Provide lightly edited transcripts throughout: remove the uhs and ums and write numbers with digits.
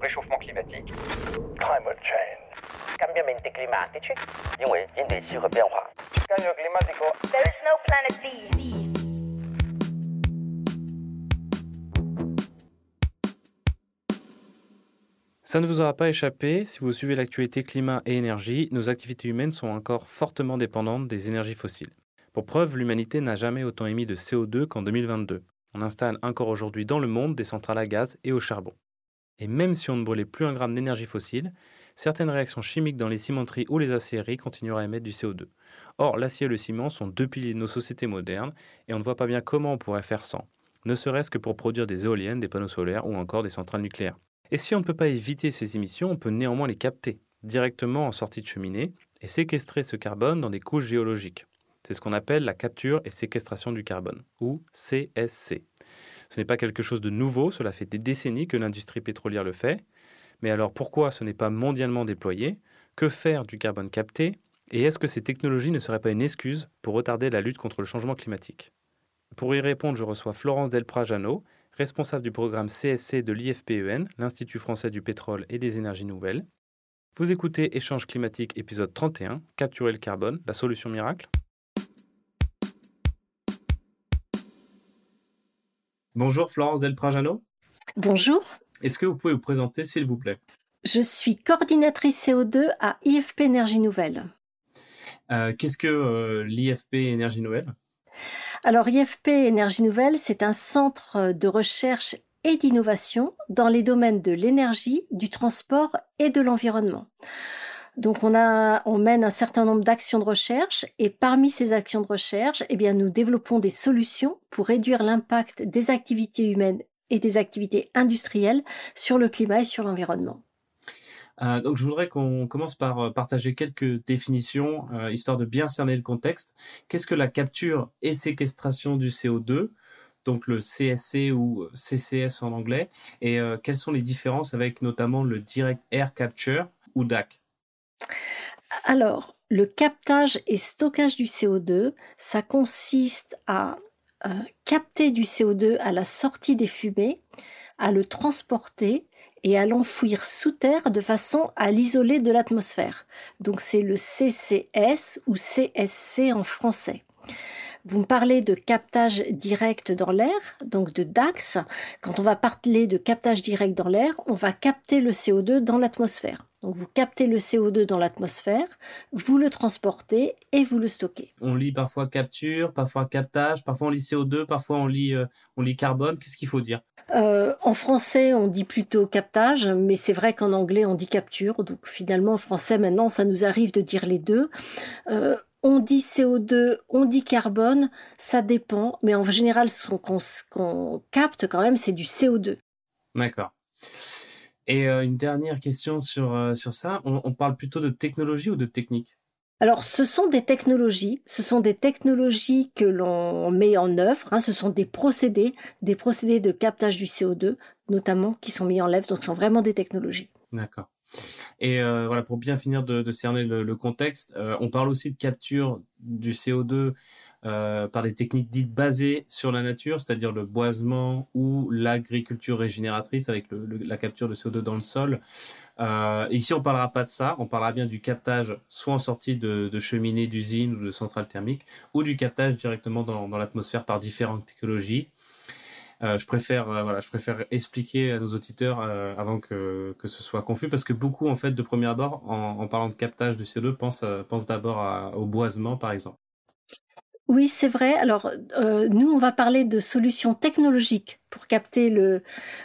réchauffement climatique. Climate change. Cambiamenti climatici, 因为应对气候变化。 Cambio climático. There is no planet B. Ça ne vous aura pas échappé, si vous suivez l'actualité climat et énergie, nos activités humaines sont encore fortement dépendantes des énergies fossiles. Pour preuve, l'humanité n'a jamais autant émis de CO2 qu'en 2022. On installe encore aujourd'hui dans le monde des centrales à gaz et au charbon. Et même si on ne brûlait plus un gramme d'énergie fossile, certaines réactions chimiques dans les cimenteries ou les aciéries continueraient à émettre du CO2. Or, l'acier et le ciment sont deux piliers de nos sociétés modernes et on ne voit pas bien comment on pourrait faire sans, ne serait-ce que pour produire des éoliennes, des panneaux solaires ou encore des centrales nucléaires. Et si on ne peut pas éviter ces émissions, on peut néanmoins les capter directement en sortie de cheminée et séquestrer ce carbone dans des couches géologiques. C'est ce qu'on appelle la capture et séquestration du carbone, ou CSC. Ce n'est pas quelque chose de nouveau, cela fait des décennies que l'industrie pétrolière le fait. Mais alors pourquoi ce n'est pas mondialement déployé? Que faire du carbone capté? Et est-ce que ces technologies ne seraient pas une excuse pour retarder la lutte contre le changement climatique? Pour y répondre, je reçois Florence Delprat-Jeannot, responsable du programme CSC de l'IFPEN, l'Institut français du pétrole et des énergies nouvelles. Vous écoutez Échange climatique épisode 31, Capturer le carbone, la solution miracle. Bonjour Florence Delprat-Jeannot. Bonjour. Est-ce que vous pouvez vous présenter s'il vous plaît? Je suis coordinatrice CO2 à IFP Énergie Nouvelle. Qu'est-ce que l'IFP Énergie Nouvelle? Alors IFP Énergie Nouvelle, c'est un centre de recherche et d'innovation dans les domaines de l'énergie, du transport et de l'environnement. Donc on mène un certain nombre d'actions de recherche et parmi ces actions de recherche, nous développons des solutions pour réduire l'impact des activités humaines et des activités industrielles sur le climat et sur l'environnement. Donc je voudrais qu'on commence par partager quelques définitions, histoire de bien cerner le contexte. Qu'est-ce que la capture et séquestration du CO2, donc le CSC ou CCS en anglais, et quelles sont les différences avec notamment le Direct Air Capture ou DAC? Alors, le captage et stockage du CO2, ça consiste à capter du CO2 à la sortie des fumées, à le transporter et à l'enfouir sous terre de façon à l'isoler de l'atmosphère. Donc c'est le CCS ou CSC en français. Vous me parlez de captage direct dans l'air, donc de DAX. Quand on va parler de captage direct dans l'air, on va capter le CO2 dans l'atmosphère. Donc vous captez le CO2 dans l'atmosphère, vous le transportez et vous le stockez. On lit parfois capture, parfois captage, parfois on lit CO2, parfois on lit carbone. Qu'est-ce qu'il faut dire? En français, on dit plutôt captage, mais c'est vrai qu'en anglais, on dit capture. Donc finalement, en français, maintenant, ça nous arrive de dire les deux. On dit CO2, on dit carbone, ça dépend. Mais en général, ce qu'on capte quand même, c'est du CO2. D'accord. Et une dernière question sur ça. On parle plutôt de technologie ou de technique? Alors, ce sont des technologies que l'on met en œuvre. Ce sont des procédés de captage du CO2, notamment, qui sont mis en œuvre. Donc, ce sont vraiment des technologies. D'accord. Et voilà, pour bien finir de cerner le contexte, on parle aussi de capture du CO2 par des techniques dites basées sur la nature, c'est-à-dire le boisement ou l'agriculture régénératrice avec la capture de CO2 dans le sol. Ici, on ne parlera pas de ça, on parlera bien du captage soit en sortie de cheminée, d'usine ou de centrale thermique, ou du captage directement dans l'atmosphère par différentes technologies. Je préfère expliquer à nos auditeurs avant que ce soit confus, parce que beaucoup, en fait, de premier abord, en parlant de captage du CO2, pensent d'abord au boisement, par exemple. Oui, c'est vrai. Alors, nous, on va parler de solutions technologiques pour capter le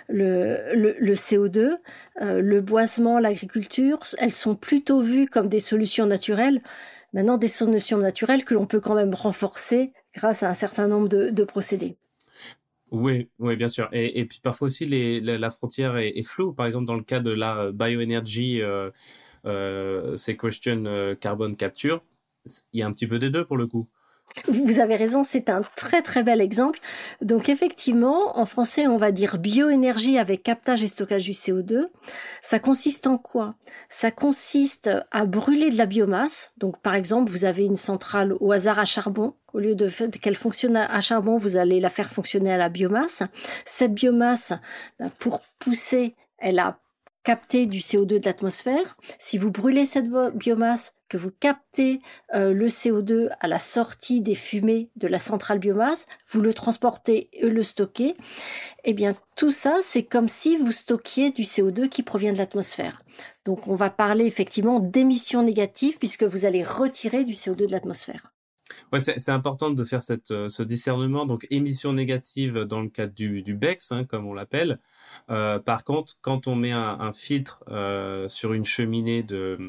CO2. Le boisement, l'agriculture, elles sont plutôt vues comme des solutions naturelles. Maintenant, des solutions naturelles que l'on peut quand même renforcer grâce à un certain nombre de procédés. Oui, bien sûr. Et puis parfois aussi, la frontière est floue. Par exemple, dans le cas de la bioenergy sequestration carbon capture, il y a un petit peu des deux pour le coup. Vous avez raison, c'est un très très bel exemple. Donc effectivement, en français, on va dire bioénergie avec captage et stockage du CO2. Ça consiste en quoi? Ça consiste à brûler de la biomasse. Donc par exemple, vous avez une centrale au hasard à charbon. Au lieu qu'elle fonctionne à charbon, vous allez la faire fonctionner à la biomasse. Cette biomasse, pour pousser, elle a capter du CO2 de l'atmosphère. Si vous brûlez cette biomasse, que vous captez le CO2 à la sortie des fumées de la centrale biomasse, vous le transportez et le stockez, eh bien tout ça, c'est comme si vous stockiez du CO2 qui provient de l'atmosphère. Donc on va parler effectivement d'émissions négatives puisque vous allez retirer du CO2 de l'atmosphère. Ouais, c'est important de faire ce discernement. Donc, émissions négatives dans le cadre du BECS, comme on l'appelle. Par contre, quand on met un filtre sur une cheminée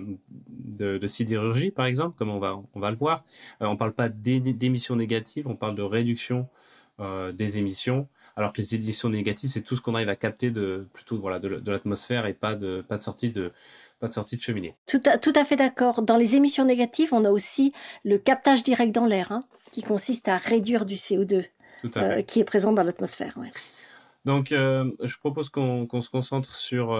de sidérurgie, par exemple, comme on va le voir, on parle pas d'émissions négatives, on parle de réduction des émissions, alors que les émissions négatives, c'est tout ce qu'on arrive à capter plutôt de l'atmosphère et pas de sortie de cheminée. Tout à fait d'accord. Dans les émissions négatives, on a aussi le captage direct dans l'air, qui consiste à réduire du CO2 qui est présent dans l'atmosphère. Ouais. Donc, je propose qu'on se concentre sur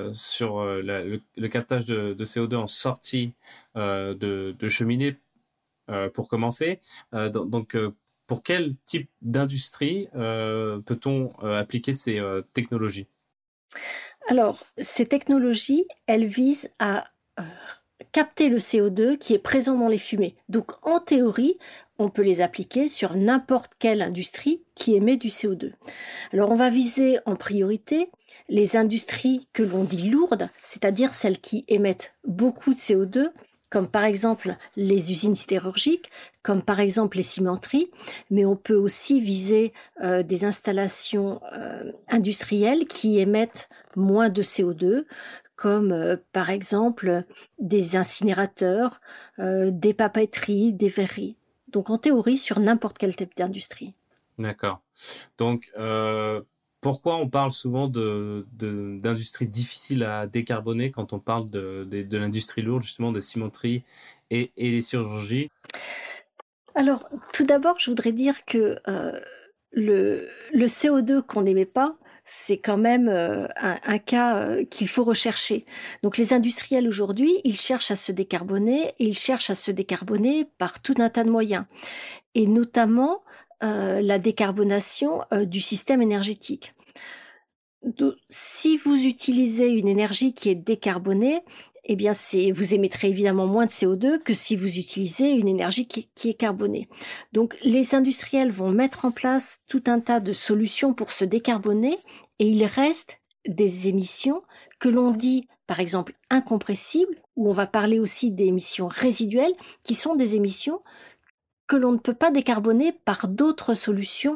le captage de CO2 en sortie de cheminée pour commencer. Donc, pour quel type d'industrie peut-on appliquer ces technologies ? Alors, ces technologies, elles visent à capter le CO2 qui est présent dans les fumées. Donc, en théorie, on peut les appliquer sur n'importe quelle industrie qui émet du CO2. Alors, on va viser en priorité les industries que l'on dit lourdes, c'est-à-dire celles qui émettent beaucoup de CO2, comme par exemple les usines sidérurgiques, comme par exemple les cimenteries, mais on peut aussi viser des installations industrielles qui émettent moins de CO2, comme par exemple des incinérateurs, des papeteries, des verreries. Donc en théorie, sur n'importe quel type d'industrie. D'accord. Donc, pourquoi on parle souvent d'industries difficiles à décarboner quand on parle de l'industrie lourde, justement des cimenteries et des sidérurgies ? Alors, tout d'abord, je voudrais dire que le CO2 qu'on n'émet pas, c'est quand même un cas qu'il faut rechercher. Donc les industriels aujourd'hui, ils cherchent à se décarboner et ils cherchent à se décarboner par tout un tas de moyens. Et notamment la décarbonation du système énergétique. Donc, si vous utilisez une énergie qui est décarbonée, eh bien vous émettrez évidemment moins de CO2 que si vous utilisez une énergie qui est carbonée. Donc les industriels vont mettre en place tout un tas de solutions pour se décarboner et il reste des émissions que l'on dit par exemple incompressibles, ou on va parler aussi d'émissions résiduelles, qui sont des émissions que l'on ne peut pas décarboner par d'autres solutions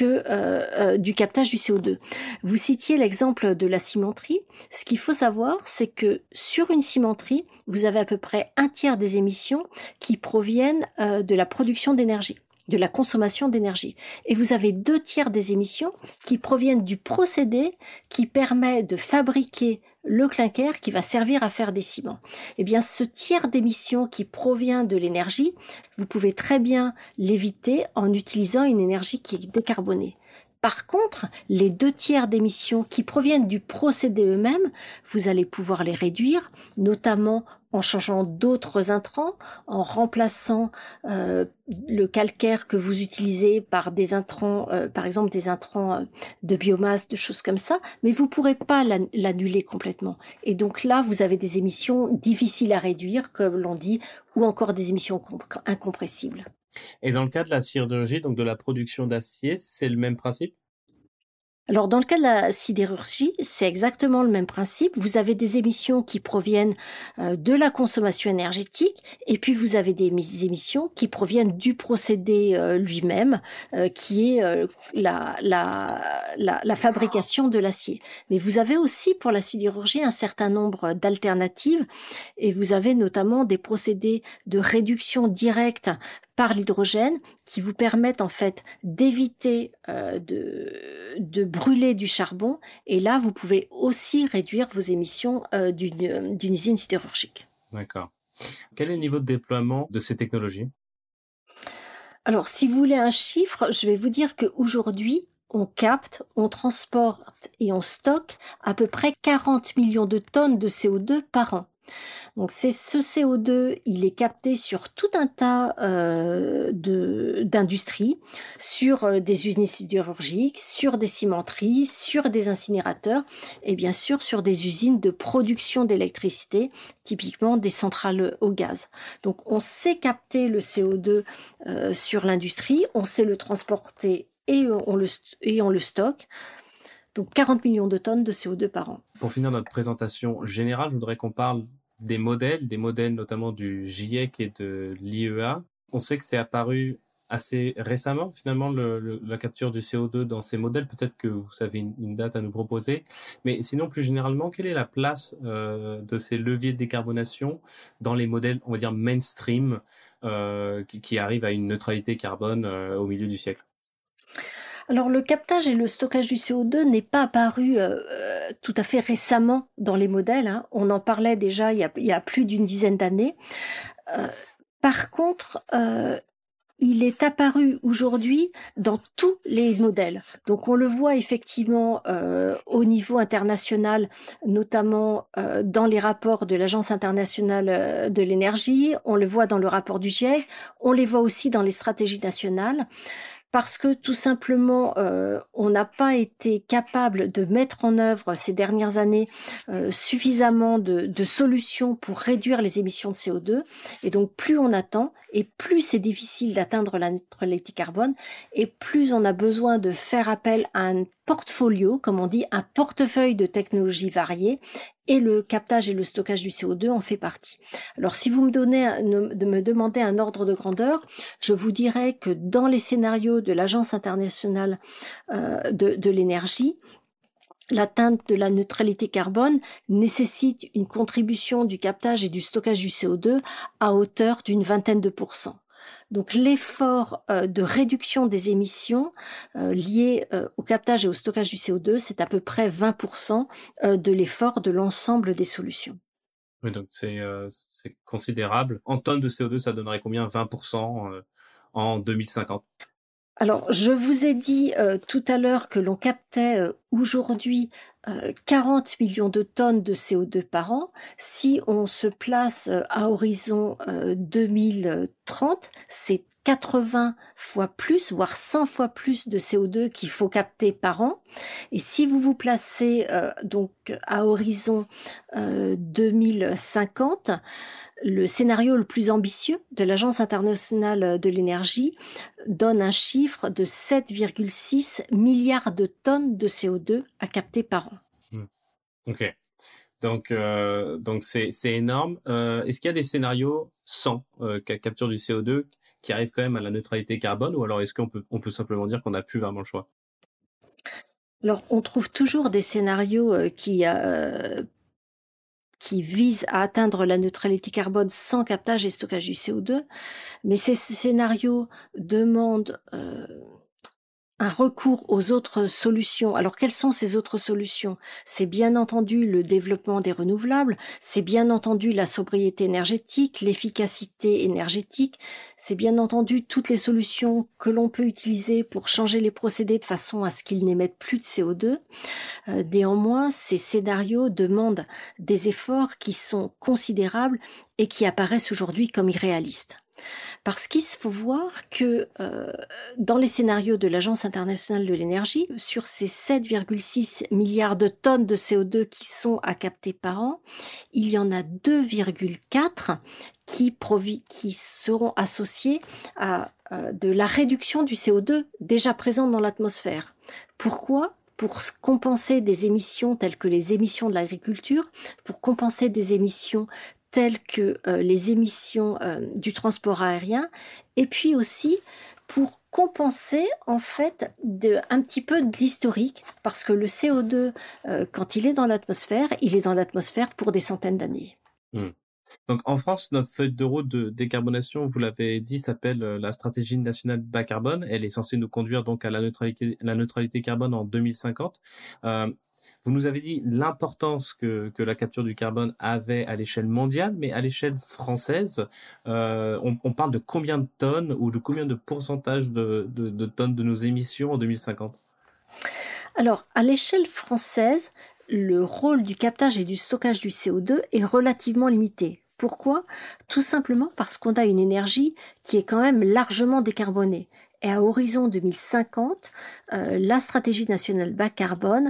que du captage du CO2. Vous citiez l'exemple de la cimenterie. Ce qu'il faut savoir, c'est que sur une cimenterie, vous avez à peu près un tiers des émissions qui proviennent de la production d'énergie, de la consommation d'énergie. Et vous avez 2 tiers des émissions qui proviennent du procédé qui permet de fabriquer le clinker qui va servir à faire des ciments. Eh bien, ce tiers d'émissions qui provient de l'énergie, vous pouvez très bien l'éviter en utilisant une énergie qui est décarbonée. Par contre, les 2 tiers d'émissions qui proviennent du procédé eux-mêmes, vous allez pouvoir les réduire, notamment en changeant d'autres intrants, en remplaçant le calcaire que vous utilisez par des intrants, par exemple des intrants de biomasse, de choses comme ça, mais vous ne pourrez pas l'annuler complètement. Et donc là, vous avez des émissions difficiles à réduire, comme l'on dit, ou encore des émissions incompressibles. Et dans le cas de la sidérurgie, donc de la production d'acier, c'est le même principe ? Alors, dans le cas de la sidérurgie, c'est exactement le même principe. Vous avez des émissions qui proviennent de la consommation énergétique et puis vous avez des émissions qui proviennent du procédé lui-même, qui est la fabrication de l'acier. Mais vous avez aussi pour la sidérurgie un certain nombre d'alternatives et vous avez notamment des procédés de réduction directe par l'hydrogène qui vous permettent en fait d'éviter de brûler du charbon et là vous pouvez aussi réduire vos émissions d'une usine sidérurgique. D'accord. Quel est le niveau de déploiement de ces technologies ? Alors si vous voulez un chiffre, je vais vous dire qu'aujourd'hui on capte, on transporte et on stocke à peu près 40 millions de tonnes de CO2 par an. Donc ce CO2, il est capté sur tout un tas d'industries, sur des usines sidérurgiques, sur des cimenteries, sur des incinérateurs et bien sûr sur des usines de production d'électricité, typiquement des centrales au gaz. Donc on sait capter le CO2 sur l'industrie, on sait le transporter et on le stocke. Donc 40 millions de tonnes de CO2 par an. Pour finir notre présentation générale, je voudrais qu'on parle des modèles notamment du GIEC et de l'IEA. On sait que c'est apparu assez récemment, finalement, la capture du CO2 dans ces modèles. Peut-être que vous avez une date à nous proposer. Mais sinon, plus généralement, quelle est la place de ces leviers de décarbonation dans les modèles, on va dire, mainstream, qui arrivent à une neutralité carbone au milieu du siècle? Alors le captage et le stockage du CO2 n'est pas apparu tout à fait récemment dans les modèles, hein. On en parlait déjà il y a plus d'une dizaine d'années. Par contre, il est apparu aujourd'hui dans tous les modèles. Donc on le voit effectivement au niveau international, notamment dans les rapports de l'Agence internationale de l'énergie, on le voit dans le rapport du GIEC, on les voit aussi dans les stratégies nationales. Parce que tout simplement, on n'a pas été capable de mettre en œuvre ces dernières années suffisamment de solutions pour réduire les émissions de CO2. Et donc, plus on attend et plus c'est difficile d'atteindre la neutralité carbone et plus on a besoin de faire appel à un portfolio, comme on dit, un portefeuille de technologies variées. Et le captage et le stockage du CO2 en fait partie. Alors, si vous me demandez un ordre de grandeur, je vous dirais que dans les scénarios de l'Agence internationale de l'énergie, l'atteinte de la neutralité carbone nécessite une contribution du captage et du stockage du CO2 à hauteur d'une 20%. Donc l'effort de réduction des émissions liées au captage et au stockage du CO2, c'est à peu près 20% de l'effort de l'ensemble des solutions. Oui, donc c'est considérable. En tonnes de CO2, ça donnerait combien? 20% en 2050? Alors, je vous ai dit tout à l'heure que l'on captait aujourd'hui 40 millions de tonnes de CO2 par an. Si on se place à horizon 2030, c'est 80 fois plus, voire 100 fois plus de CO2 qu'il faut capter par an. Et si vous vous placez donc à horizon 2050, le scénario le plus ambitieux de l'Agence internationale de l'énergie donne un chiffre de 7,6 milliards de tonnes de CO2 à capter par an. Ok. Donc c'est énorme. Est-ce qu'il y a des scénarios sans capture du CO2 qui arrivent quand même à la neutralité carbone, ou alors est-ce qu'on peut simplement dire qu'on n'a plus vraiment le choix? Alors, on trouve toujours des scénarios qui visent à atteindre la neutralité carbone sans captage et stockage du CO2, mais ces scénarios demandent un recours aux autres solutions. Alors, quelles sont ces autres solutions? C'est bien entendu le développement des renouvelables, c'est bien entendu la sobriété énergétique, l'efficacité énergétique, c'est bien entendu toutes les solutions que l'on peut utiliser pour changer les procédés de façon à ce qu'ils n'émettent plus de CO2. Néanmoins, ces scénarios demandent des efforts qui sont considérables et qui apparaissent aujourd'hui comme irréalistes. Parce qu'il faut voir que dans les scénarios de l'Agence internationale de l'énergie, sur ces 7,6 milliards de tonnes de CO2 qui sont à capter par an, il y en a 2,4 qui seront associés à de la réduction du CO2 déjà présente dans l'atmosphère. Pourquoi ? Pour compenser des émissions telles que les émissions de l'agriculture, pour compenser des émissions telles que les émissions du transport aérien, et puis aussi pour compenser en fait un petit peu de l'historique, parce que le CO2, quand il est dans l'atmosphère pour des centaines d'années. Donc en France, notre feuille de route de décarbonation, vous l'avez dit, s'appelle la stratégie nationale bas carbone. Elle est censée nous conduire donc à la neutralité carbone en 2050. Vous nous avez dit l'importance que la capture du carbone avait à l'échelle mondiale, mais à l'échelle française, on parle de combien de tonnes ou de combien de pourcentage de tonnes de nos émissions en 2050? Alors, à l'échelle française, le rôle du captage et du stockage du CO2 est relativement limité. Pourquoi ? Tout simplement parce qu'on a une énergie qui est quand même largement décarbonée. Et à horizon 2050, la stratégie nationale bas carbone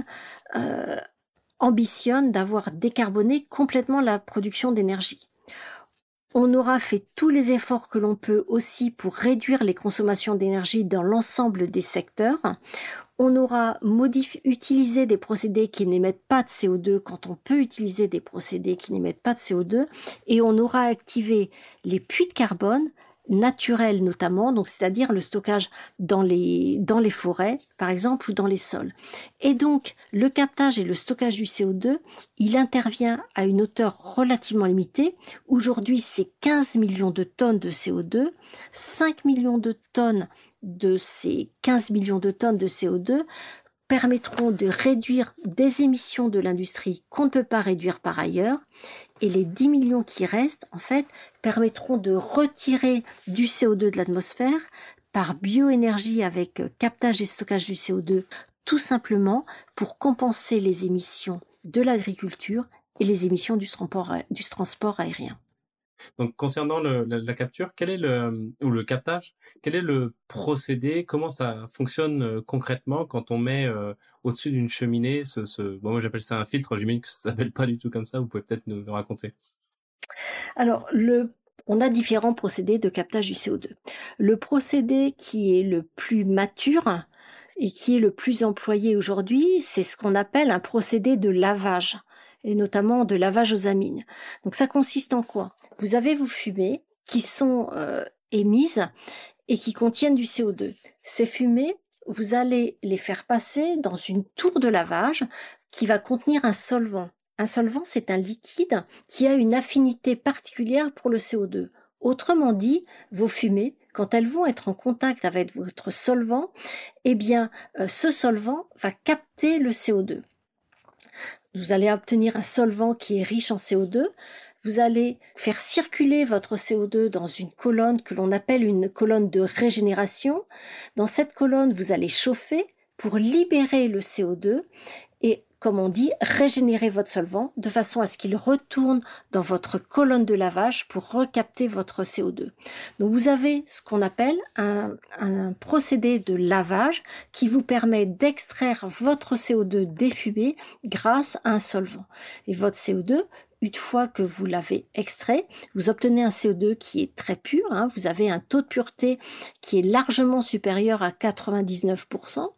ambitionne d'avoir décarboné complètement la production d'énergie. On aura fait tous les efforts que l'on peut aussi pour réduire les consommations d'énergie dans l'ensemble des secteurs. On aura utilisé des procédés qui n'émettent pas de CO2 quand on peut utiliser des procédés qui n'émettent pas de CO2 et on aura activé les puits de carbone naturels notamment, donc c'est-à-dire le stockage dans les forêts par exemple ou dans les sols. Et donc le captage et le stockage du CO2, il intervient à une hauteur relativement limitée. Aujourd'hui, c'est 15 millions de tonnes de CO2, 5 millions de tonnes de ces 15 millions de tonnes de CO2 permettront de réduire des émissions de l'industrie qu'on ne peut pas réduire par ailleurs. Et les 10 millions qui restent, en fait, permettront de retirer du CO2 de l'atmosphère par bioénergie avec captage et stockage du CO2, tout simplement pour compenser les émissions de l'agriculture et les émissions du transport aérien. Donc, concernant la capture, ou le captage, quel est le procédé? Comment ça fonctionne concrètement quand on met au-dessus d'une cheminée bon, moi j'appelle ça un filtre, j'imagine que ça s'appelle pas du tout comme ça, vous pouvez peut-être nous raconter. Alors, on a différents procédés de captage du CO2. Le procédé qui est le plus mature et qui est le plus employé aujourd'hui, c'est ce qu'on appelle un procédé de lavage, et notamment de lavage aux amines. Donc ça consiste en quoi ? Vous avez vos fumées qui sont émises et qui contiennent du CO2. Ces fumées, vous allez les faire passer dans une tour de lavage qui va contenir un solvant. Un solvant, c'est un liquide qui a une affinité particulière pour le CO2. Autrement dit, vos fumées, quand elles vont être en contact avec votre solvant, eh bien, ce solvant va capter le CO2. Vous allez obtenir un solvant qui est riche en CO2. Vous allez faire circuler votre CO2 dans une colonne que l'on appelle une colonne de régénération. Dans cette colonne, vous allez chauffer pour libérer le CO2 et, comme on dit, régénérer votre solvant de façon à ce qu'il retourne dans votre colonne de lavage pour recapter votre CO2. Donc vous avez ce qu'on appelle un procédé de lavage qui vous permet d'extraire votre CO2 des fumées grâce à un solvant. Et votre CO2, une fois que vous l'avez extrait, vous obtenez un CO2 qui est très pur. Vous avez un taux de pureté qui est largement supérieur à 99%,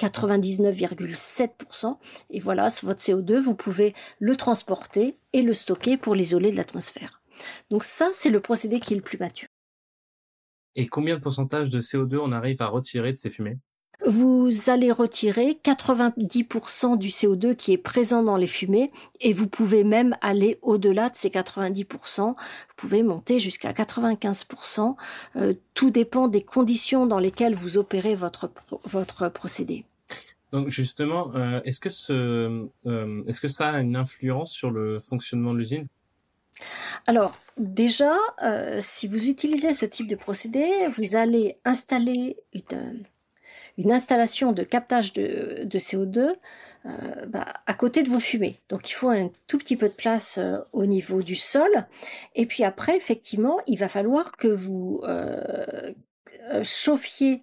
99,7%. Et voilà, votre CO2, vous pouvez le transporter et le stocker pour l'isoler de l'atmosphère. Donc ça, c'est le procédé qui est le plus mature. Et combien de pourcentage de CO2 on arrive à retirer de ces fumées ? Vous allez retirer 90% du CO2 qui est présent dans les fumées et vous pouvez même aller au-delà de ces 90%. Vous pouvez monter jusqu'à 95%. Tout dépend des conditions dans lesquelles vous opérez votre procédé. Donc justement, est-ce que ça a une influence sur le fonctionnement de l'usine ? Alors, déjà, si vous utilisez ce type de procédé, vous allez installer une installation de captage de CO2 à côté de vos fumées. Donc il faut un tout petit peu de place au niveau du sol. Et puis après, effectivement, il va falloir que vous chauffiez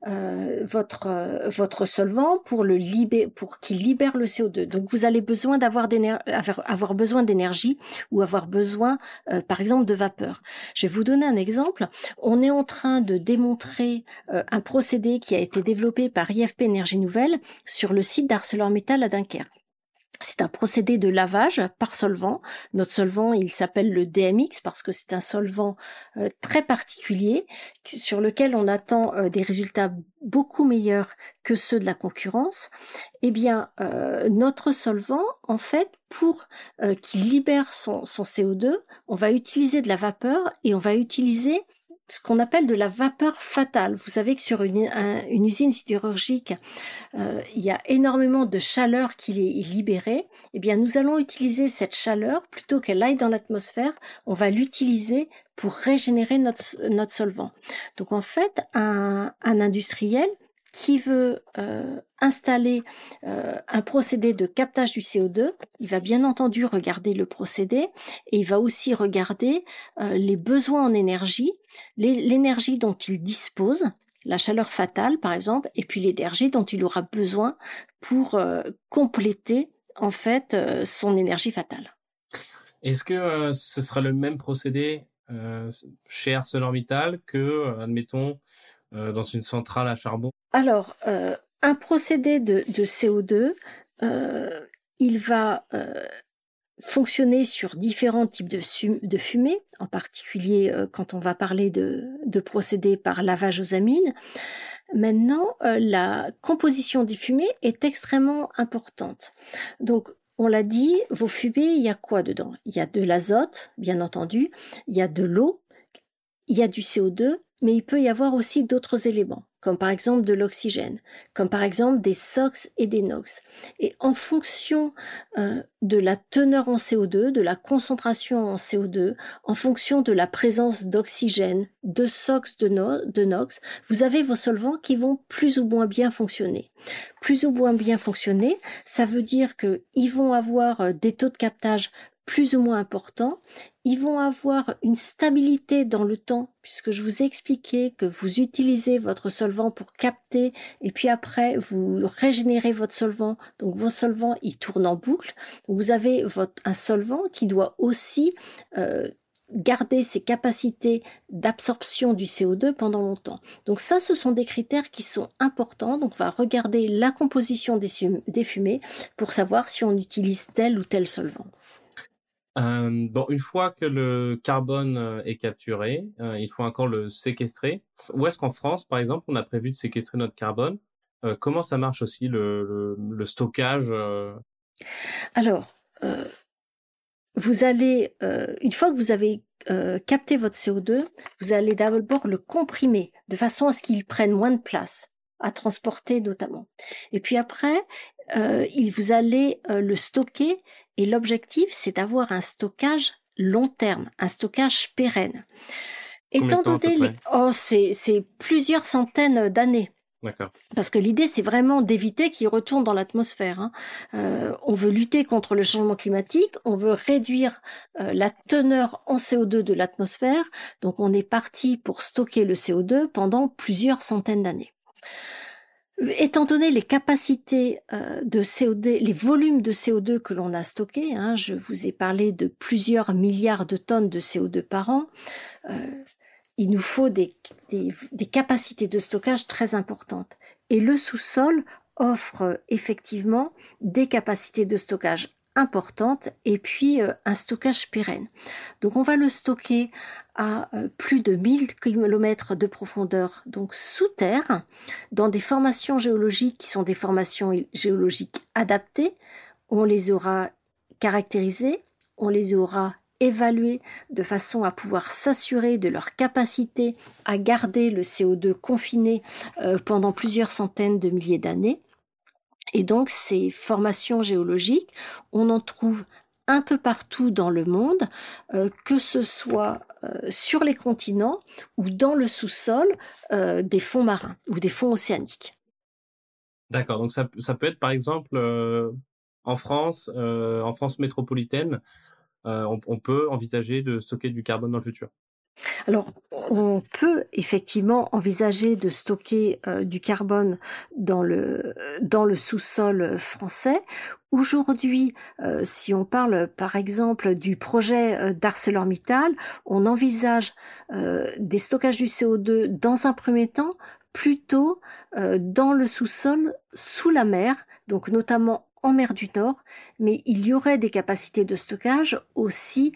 votre solvant pour qu'il libère le CO2. Donc vous allez avoir besoin d'énergie ou avoir besoin, par exemple, de vapeur. Je vais vous donner un exemple. On est en train de démontrer un procédé qui a été développé par IFP Énergie Nouvelle sur le site d'ArcelorMittal à Dunkerque. C'est un procédé de lavage par solvant. Notre solvant, il s'appelle le DMX parce que c'est un solvant très particulier sur lequel on attend des résultats beaucoup meilleurs que ceux de la concurrence. Eh bien, notre solvant, en fait, pour qu'il libère son CO2, on va utiliser de la vapeur et on va utiliser ce qu'on appelle de la vapeur fatale. Vous savez que sur une usine sidérurgique, il y a énormément de chaleur qui est libérée. Eh bien, nous allons utiliser cette chaleur, plutôt qu'elle aille dans l'atmosphère, on va l'utiliser pour régénérer notre solvant. Donc, en fait, un industriel qui veut installer un procédé de captage du CO2, il va bien entendu regarder le procédé et il va aussi regarder les besoins en énergie, l'énergie dont il dispose, la chaleur fatale par exemple, et puis l'énergie dont il aura besoin pour compléter en fait son énergie fatale. Est-ce que ce sera le même procédé chez ArcelorMittal que, admettons, dans une centrale à charbon? Alors, un procédé de CO2, il va fonctionner sur différents types de fumée, en particulier quand on va parler de procédés par lavage aux amines. Maintenant, la composition des fumées est extrêmement importante. Donc, on l'a dit, vos fumées, il y a quoi dedans? Il y a de l'azote, bien entendu, il y a de l'eau, il y a du CO2, mais il peut y avoir aussi d'autres éléments, comme par exemple de l'oxygène, comme par exemple des SOx et des NOx. Et en fonction de la teneur en CO2, de la concentration en CO2, en fonction de la présence d'oxygène, de SOx, de NOx, vous avez vos solvants qui vont plus ou moins bien fonctionner. Plus ou moins bien fonctionner, ça veut dire qu'ils vont avoir des taux de captage plus ou moins importants, ils vont avoir une stabilité dans le temps, puisque je vous ai expliqué que vous utilisez votre solvant pour capter, et puis après, vous régénérez votre solvant, donc vos solvants, ils tournent en boucle. Donc vous avez un solvant qui doit aussi garder ses capacités d'absorption du CO2 pendant longtemps. Donc ça, ce sont des critères qui sont importants. Donc on va regarder la composition des fumées pour savoir si on utilise tel ou tel solvant. Bon, une fois que le carbone est capturé, il faut encore le séquestrer. Où est-ce qu'en France, par exemple, on a prévu de séquestrer notre carbone? Comment ça marche aussi le stockage? Alors, vous allez, une fois que vous avez capté votre CO2, vous allez d'abord le comprimer de façon à ce qu'il prenne moins de place à transporter notamment. Et puis après, vous allez le stocker. Et l'objectif, c'est d'avoir un stockage long terme, un stockage pérenne. Combien de temps, à peu près? C'est plusieurs centaines d'années. D'accord. Parce que l'idée, c'est vraiment d'éviter qu'il retourne dans l'atmosphère. On veut lutter contre le changement climatique, on veut réduire la teneur en CO2 de l'atmosphère. Donc, on est parti pour stocker le CO2 pendant plusieurs centaines d'années. Étant donné les capacités de CO2, les volumes de CO2 que l'on a stockés, je vous ai parlé de plusieurs milliards de tonnes de CO2 par an, il nous faut des capacités de stockage très importantes. Et le sous-sol offre effectivement des capacités de stockage importantes et puis un stockage pérenne. Donc on va le stocker à plus de 1000 km de profondeur, donc sous terre, dans des formations géologiques qui sont des formations géologiques adaptées. On les aura caractérisées, on les aura évaluées de façon à pouvoir s'assurer de leur capacité à garder le CO2 confiné pendant plusieurs centaines de milliers d'années. Et donc, ces formations géologiques, on en trouve un peu partout dans le monde, que ce soit sur les continents ou dans le sous-sol des fonds marins ou des fonds océaniques. D'accord, donc ça peut être par exemple en France métropolitaine, on peut envisager de stocker du carbone dans le futur. Alors, on peut effectivement envisager de stocker du carbone dans le sous-sol français. Aujourd'hui, si on parle par exemple du projet d'ArcelorMittal, on envisage des stockages du CO2 dans un premier temps plutôt dans le sous-sol, sous la mer, donc notamment en mer du Nord, mais il y aurait des capacités de stockage aussi,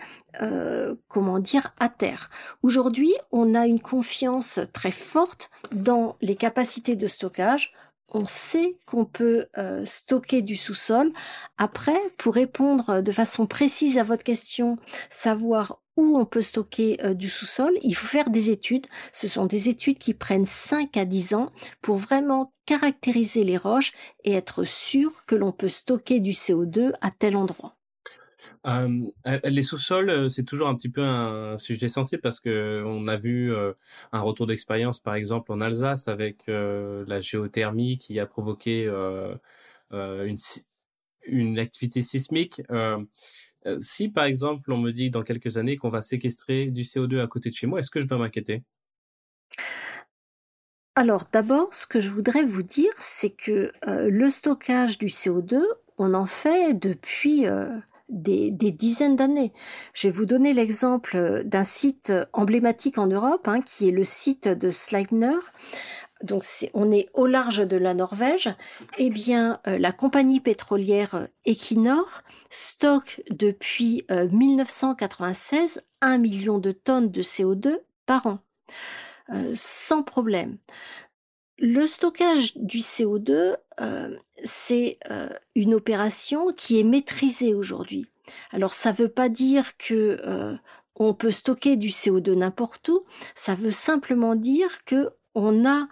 à terre. Aujourd'hui, on a une confiance très forte dans les capacités de stockage. On sait qu'on peut stocker du sous-sol. Après, pour répondre de façon précise à votre question, savoir où on peut stocker du sous-sol, il faut faire des études. Ce sont des études qui prennent 5 à 10 ans pour vraiment caractériser les roches et être sûr que l'on peut stocker du CO2 à tel endroit. Les sous-sols, c'est toujours un petit peu un sujet sensible parce que on a vu, un retour d'expérience, par exemple, en Alsace avec, la géothermie qui a provoqué, une si une activité sismique. Si, par exemple, on me dit dans quelques années qu'on va séquestrer du CO2 à côté de chez moi, est-ce que je dois m'inquiéter? Alors d'abord, ce que je voudrais vous dire, c'est que, le stockage du CO2, on en fait depuis, des dizaines d'années. Je vais vous donner l'exemple, d'un site, emblématique en Europe, hein, qui est le site de Sleipner. Donc on est au large de la Norvège. Eh bien, la compagnie pétrolière, Equinor stocke depuis, 1996 1 million de tonnes de CO2 par an, sans problème. Le stockage du CO2, c'est, une opération qui est maîtrisée aujourd'hui. Alors ça ne veut pas dire que, on peut stocker du CO2 n'importe où, ça veut simplement dire qu'on a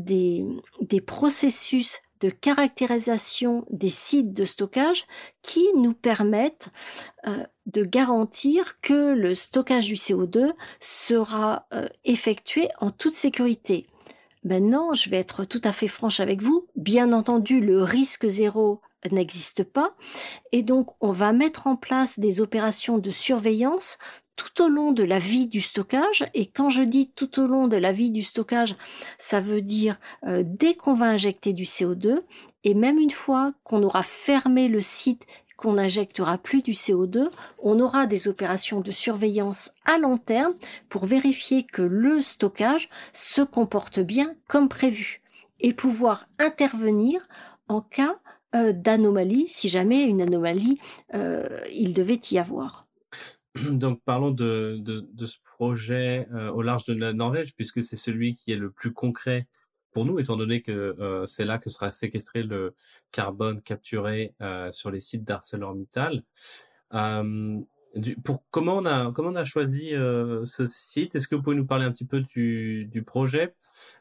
des processus de caractérisation des sites de stockage qui nous permettent, de garantir que le stockage du CO2 sera, effectué en toute sécurité. Maintenant, je vais être tout à fait franche avec vous. Bien entendu, le risque zéro n'existe pas et donc on va mettre en place des opérations de surveillance tout au long de la vie du stockage. Et quand je dis tout au long de la vie du stockage, ça veut dire dès qu'on va injecter du CO2 et même une fois qu'on aura fermé le site, qu'on n'injectera plus du CO2, on aura des opérations de surveillance à long terme pour vérifier que le stockage se comporte bien comme prévu et pouvoir intervenir en cas d'anomalie, si jamais une anomalie il devait y avoir. Donc parlons de ce projet, au large de la Norvège puisque c'est celui qui est le plus concret pour nous étant donné que, c'est là que sera séquestré le carbone capturé, sur les sites d'ArcelorMittal. Hem, du pour comment on a choisi, ce site? Est-ce que vous pouvez nous parler un petit peu du projet?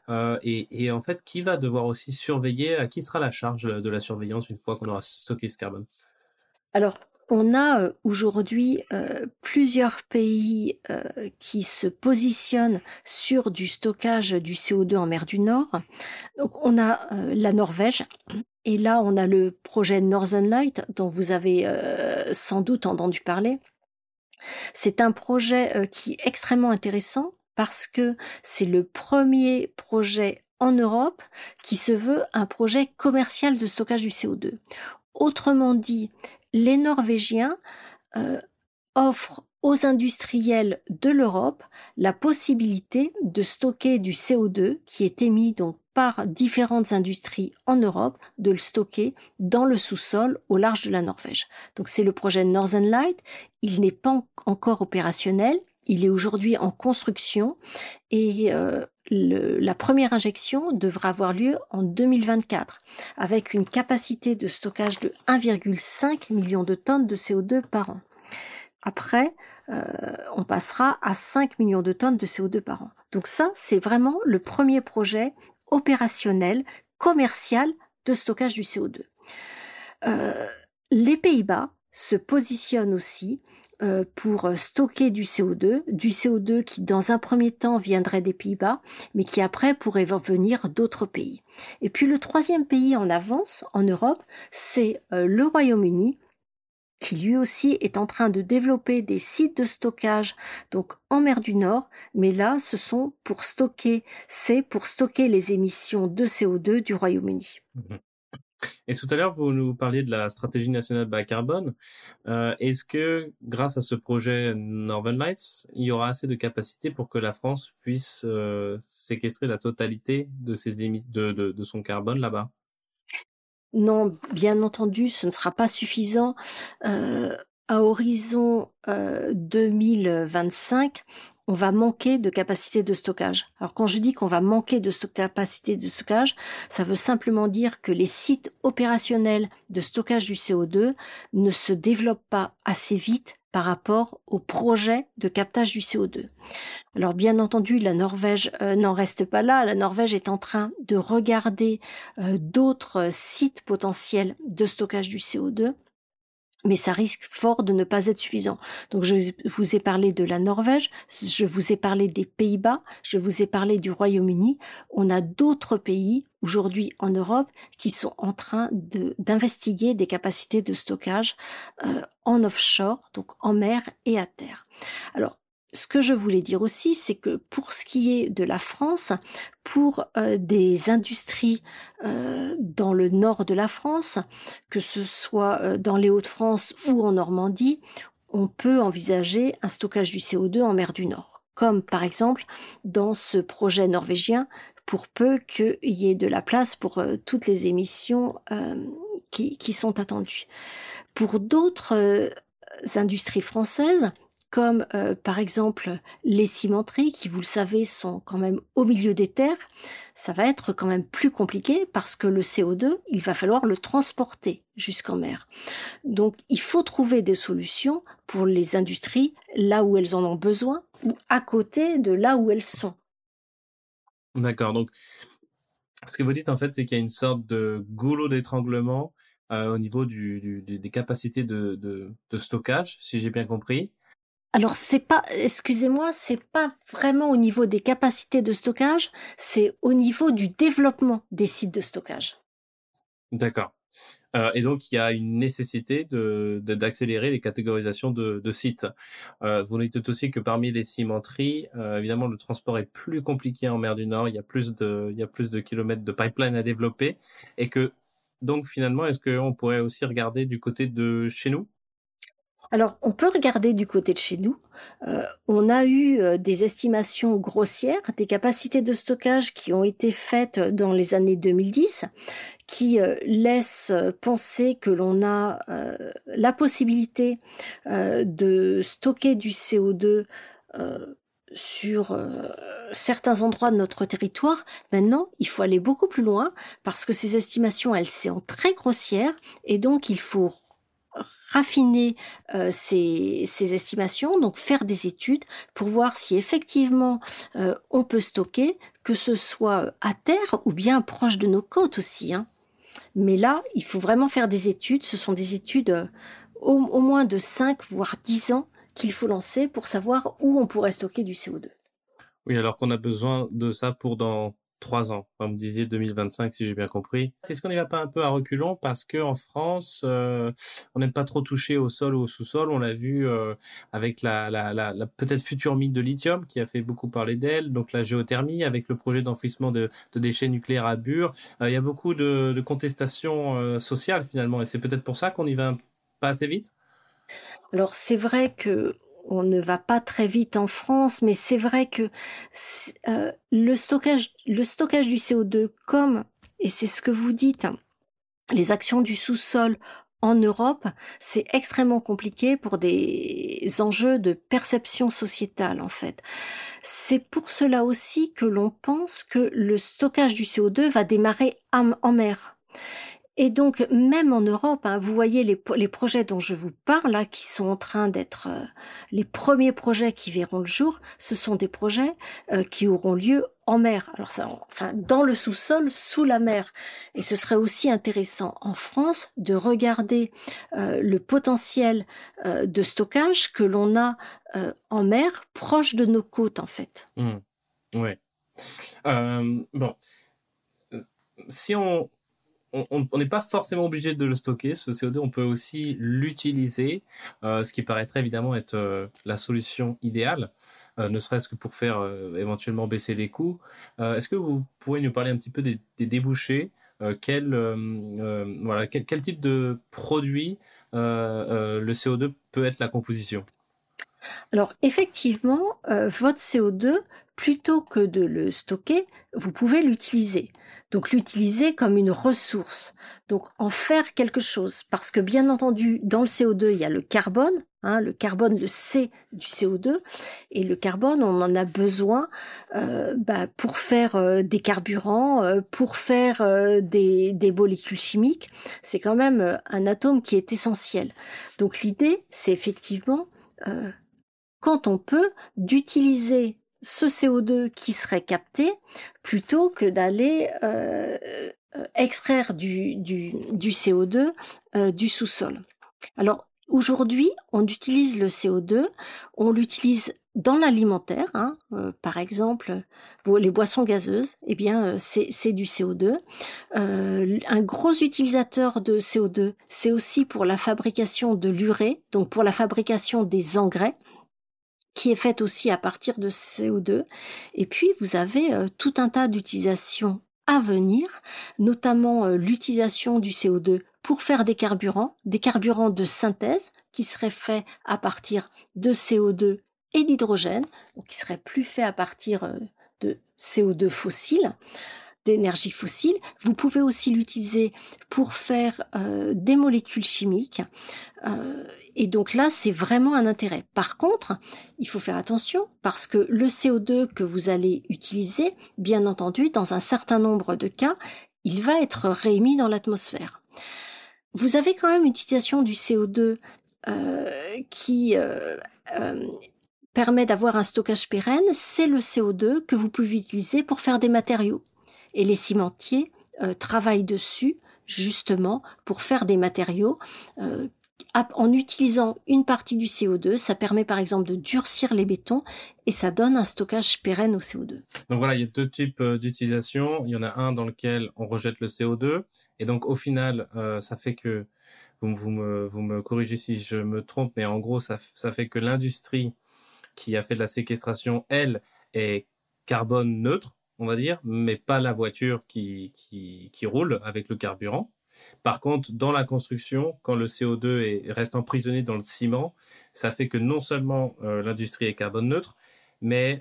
Et en fait, qui va devoir aussi surveiller? À qui sera la charge de la surveillance une fois qu'on aura stocké ce carbone? Alors, on a, aujourd'hui, plusieurs pays, qui se positionnent sur du stockage du CO2 en mer du Nord. Donc on a, la Norvège et là, on a le projet Northern Light dont vous avez, sans doute entendu parler. C'est un projet, qui est extrêmement intéressant parce que c'est le premier projet en Europe qui se veut un projet commercial de stockage du CO2. Autrement dit, les Norvégiens, heu, offrent aux industriels de l'Europe la possibilité de stocker du CO2 qui est émis donc par différentes industries en Europe, de le stocker dans le sous-sol au large de la Norvège. Donc c'est le projet Northern Light, il n'est pas encore opérationnel, il est aujourd'hui en construction et la première injection devra avoir lieu en 2024 avec une capacité de stockage de 1,5 million de tonnes de CO2 par an. Après, on passera à 5 millions de tonnes de CO2 par an. Donc ça, c'est vraiment le premier projet opérationnel, commercial de stockage du CO2. Les Pays-Bas se positionnent aussi pour stocker du CO2 qui dans un premier temps viendrait des Pays-Bas, mais qui après pourrait venir d'autres pays. Et puis le troisième pays en avance en Europe, c'est le Royaume-Uni, qui lui aussi est en train de développer des sites de stockage donc en mer du Nord, mais là c'est pour stocker les émissions de CO2 du Royaume-Uni. Mmh. Et tout à l'heure, vous nous parliez de la stratégie nationale bas carbone. Est-ce que grâce à ce projet Northern Lights, il y aura assez de capacité pour que la France puisse, séquestrer la totalité de ses de son carbone là-bas? Non, bien entendu, ce ne sera pas suffisant. Heu, à horizon, 2025, on va manquer de capacité de stockage. Alors quand je dis qu'on va manquer de capacité de stockage, ça veut simplement dire que les sites opérationnels de stockage du CO2 ne se développent pas assez vite par rapport au projet de captage du CO2. Alors bien entendu, la Norvège, n'en reste pas là. La Norvège est en train de regarder, d'autres sites potentiels de stockage du CO2. mais ça risque fort de ne pas être suffisant. Donc je vous ai parlé de la Norvège, je vous ai parlé des Pays-Bas, je vous ai parlé du Royaume-Uni. On a d'autres pays aujourd'hui en Europe qui sont en train d'investiguer des capacités de stockage en offshore, donc en mer et à terre. Alors, ce que je voulais dire aussi, c'est que pour ce qui est de la France, pour des industries dans le nord de la France, que ce soit dans les Hauts-de-France ou en Normandie, on peut envisager un stockage du CO2 en mer du Nord, comme par exemple dans ce projet norvégien, pour peu qu'il y ait de la place pour toutes les émissions qui sont attendues. Pour d'autres industries françaises, comme par exemple les cimenteries, qui, vous le savez, sont quand même au milieu des terres, ça va être quand même plus compliqué parce que le CO2, il va falloir le transporter jusqu'en mer. Donc, il faut trouver des solutions pour les industries là où elles en ont besoin ou à côté de là où elles sont. D'accord. Donc, ce que vous dites, en fait, c'est qu'il y a une sorte de goulot d'étranglement au niveau des capacités de stockage, si j'ai bien compris. Alors, excusez-moi, c'est pas vraiment au niveau des capacités de stockage, c'est au niveau du développement des sites de stockage. D'accord. Et donc, il y a une nécessité d'accélérer les catégorisations de sites. Vous dites aussi que parmi les cimenteries, évidemment, le transport est plus compliqué en mer du Nord. Il y a plus de kilomètres de pipeline à développer. Et que, donc, finalement, est-ce qu'on pourrait aussi regarder du côté de chez nous? Alors, on peut regarder du côté de chez nous. On a eu des estimations grossières des capacités de stockage qui ont été faites dans les années 2010, qui laissent penser que l'on a la possibilité de stocker du CO2 sur certains endroits de notre territoire. Maintenant, il faut aller beaucoup plus loin parce que ces estimations, elles sont très grossières et donc il faut raffiner ces estimations, donc faire des études pour voir si effectivement on peut stocker, que ce soit à terre ou bien proche de nos côtes aussi, hein. Mais là, il faut vraiment faire des études. Ce sont des études au moins de 5 voire 10 ans qu'il faut lancer pour savoir où on pourrait stocker du CO2. Oui, alors qu'on a besoin de ça pour dans 3 ans. Enfin, vous me disiez 2025, si j'ai bien compris. Est-ce qu'on n'y va pas un peu à reculons parce qu'en France, on n'aime pas trop toucher au sol ou au sous-sol. On l'a vu avec la peut-être future mine de lithium qui a fait beaucoup parler d'elle, donc la géothermie avec le projet d'enfouissement de déchets nucléaires à Bure. Il y a beaucoup de contestations sociales finalement et c'est peut-être pour ça qu'on y va pas assez vite? Alors c'est vrai que on ne va pas très vite en France, mais c'est vrai que le stockage du CO2 comme, et c'est ce que vous dites, hein, les actions du sous-sol en Europe, c'est extrêmement compliqué pour des enjeux de perception sociétale, en fait. C'est pour cela aussi que l'on pense que le stockage du CO2 va démarrer en mer. Et donc, même en Europe, hein, vous voyez les projets dont je vous parle, là, qui sont en train d'être les premiers projets qui verront le jour, ce sont des projets qui auront lieu en mer. Alors, enfin, dans le sous-sol, sous la mer. Et ce serait aussi intéressant en France de regarder le potentiel de stockage que l'on a en mer, proche de nos côtes, en fait. Ouais. Bon, si on n'est pas forcément obligé de le stocker, ce CO2, on peut aussi l'utiliser, ce qui paraîtrait évidemment être la solution idéale, ne serait-ce que pour faire éventuellement baisser les coûts. Est-ce que vous pourriez nous parler un petit peu des débouchés? Quel type de produit le CO2 peut être la composition? Alors effectivement, votre CO2, plutôt que de le stocker, vous pouvez l'utiliser. Donc l'utiliser comme une ressource. Donc en faire quelque chose. Parce que bien entendu, dans le CO2, il y a le carbone, hein, le carbone, le C du CO2. Et le carbone, on en a besoin pour faire des carburants, pour faire des molécules chimiques. C'est quand même un atome qui est essentiel. Donc l'idée, c'est effectivement quand on peut, d'utiliser ce CO2 qui serait capté plutôt que d'aller extraire du CO2 du sous-sol. Alors, Aujourd'hui, on utilise le CO2, on l'utilise dans l'alimentaire, hein, par exemple, les boissons gazeuses, eh bien, c'est du CO2. Un gros utilisateur de CO2, c'est aussi pour la fabrication de l'urée, donc pour la fabrication des engrais, qui est faite aussi à partir de CO2. Et puis, vous avez tout un tas d'utilisations à venir, notamment l'utilisation du CO2 pour faire des carburants de synthèse qui seraient faits à partir de CO2 et d'hydrogène, donc qui seraient plus faits à partir de CO2 fossile, d'énergie fossile. Vous pouvez aussi l'utiliser pour faire des molécules chimiques. Et donc là, c'est vraiment un intérêt. Par contre, il faut faire attention parce que le CO2 que vous allez utiliser, bien entendu, dans un certain nombre de cas, il va être réémis dans l'atmosphère. Vous avez quand même une utilisation du CO2 qui permet d'avoir un stockage pérenne, c'est le CO2 que vous pouvez utiliser pour faire des matériaux. Et les cimentiers travaillent dessus justement pour faire des matériaux en utilisant une partie du CO2. Ça permet par exemple de durcir les bétons et ça donne un stockage pérenne au CO2. Donc voilà, il y a deux types d'utilisation. Il y en a un dans lequel on rejette le CO2 et donc au final, ça fait que, vous me corrigez si je me trompe, mais en gros, ça fait que l'industrie qui a fait de la séquestration, elle, est carbone neutre, on va dire, mais pas la voiture qui roule avec le carburant. Par contre, dans la construction, quand le CO2 reste emprisonné dans le ciment, ça fait que non seulement l'industrie est carbone neutre, mais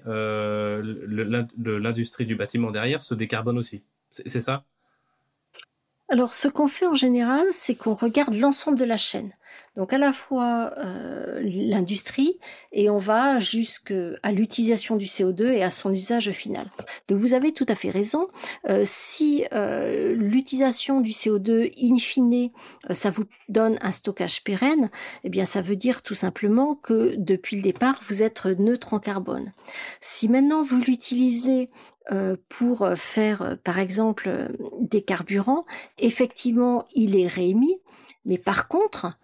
l'industrie du bâtiment derrière se décarbone aussi. C'est ça? Alors, ce qu'on fait en général, c'est qu'on regarde l'ensemble de la chaîne. Donc, à la fois l'industrie et on va jusqu'à l'utilisation du CO2 et à son usage final. Donc, vous avez tout à fait raison. Si l'utilisation du CO2, in fine, ça vous donne un stockage pérenne, eh bien, ça veut dire tout simplement que depuis le départ, vous êtes neutre en carbone. Si maintenant vous l'utilisez pour faire, par exemple, des carburants, effectivement, il est réémis, mais par contre,